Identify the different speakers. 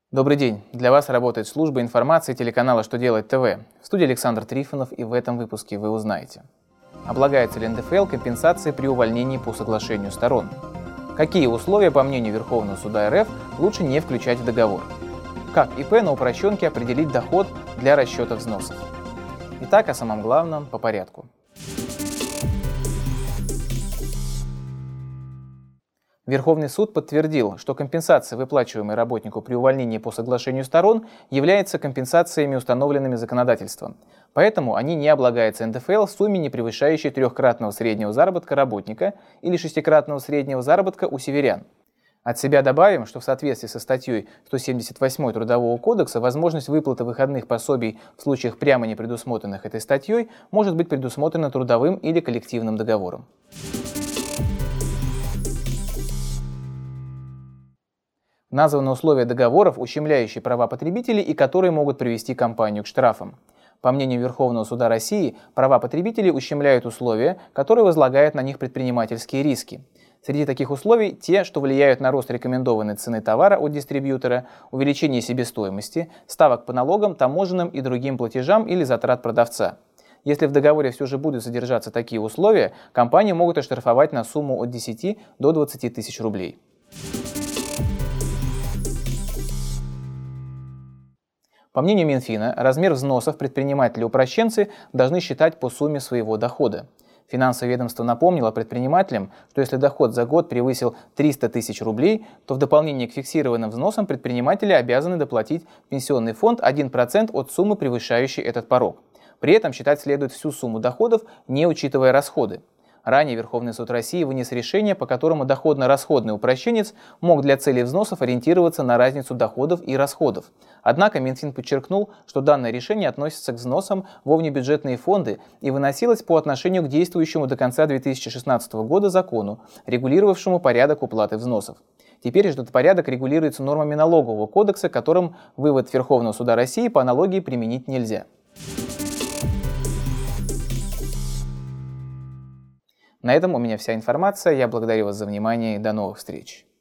Speaker 1: Добрый день! Для вас работает служба информации телеканала «Что делать ТВ». В студии Александр Трифонов, и в этом выпуске вы узнаете: облагается ли НДФЛ компенсацией при увольнении по соглашению сторон? Какие условия, по мнению Верховного суда РФ, лучше не включать в договор? Как ИП на упрощенке определить доход для расчета взносов? Итак, о самом главном по порядку. Верховный суд подтвердил, что компенсация, выплачиваемая работнику при увольнении по соглашению сторон, является компенсациями, установленными законодательством. Поэтому они не облагаются НДФЛ в сумме, не превышающей трехкратного среднего заработка работника или шестикратного среднего заработка у северян. От себя добавим, что в соответствии со статьей 178 Трудового кодекса возможность выплаты выходных пособий в случаях прямо не предусмотренных этой статьей может быть предусмотрена трудовым или коллективным договором. Названы условия договоров, ущемляющие права потребителей и которые могут привести компанию к штрафам. По мнению Верховного суда России, права потребителей ущемляют условия, которые возлагают на них предпринимательские риски. Среди таких условий те, что влияют на рост рекомендованной цены товара от дистрибьютора, увеличение себестоимости, ставок по налогам, таможенным и другим платежам или затрат продавца. Если в договоре все же будут содержаться такие условия, компании могут оштрафовать на сумму от 10 до 20 тысяч рублей. По мнению Минфина, размер взносов предприниматели-упрощенцы должны считать по сумме своего дохода. Финансовое ведомство напомнило предпринимателям, что если доход за год превысил 300 тысяч рублей, то в дополнение к фиксированным взносам предприниматели обязаны доплатить в пенсионный фонд 1% от суммы, превышающей этот порог. При этом считать следует всю сумму доходов, не учитывая расходы. Ранее Верховный суд России вынес решение, по которому доходно-расходный упрощенец мог для целей взносов ориентироваться на разницу доходов и расходов. Однако Минфин подчеркнул, что данное решение относится к взносам во внебюджетные фонды и выносилось по отношению к действующему до конца 2016 года закону, регулировавшему порядок уплаты взносов. Теперь же этот порядок регулируется нормами налогового кодекса, которым вывод Верховного суда России по аналогии применить нельзя. На этом у меня вся информация. Я благодарю вас за внимание и до новых встреч.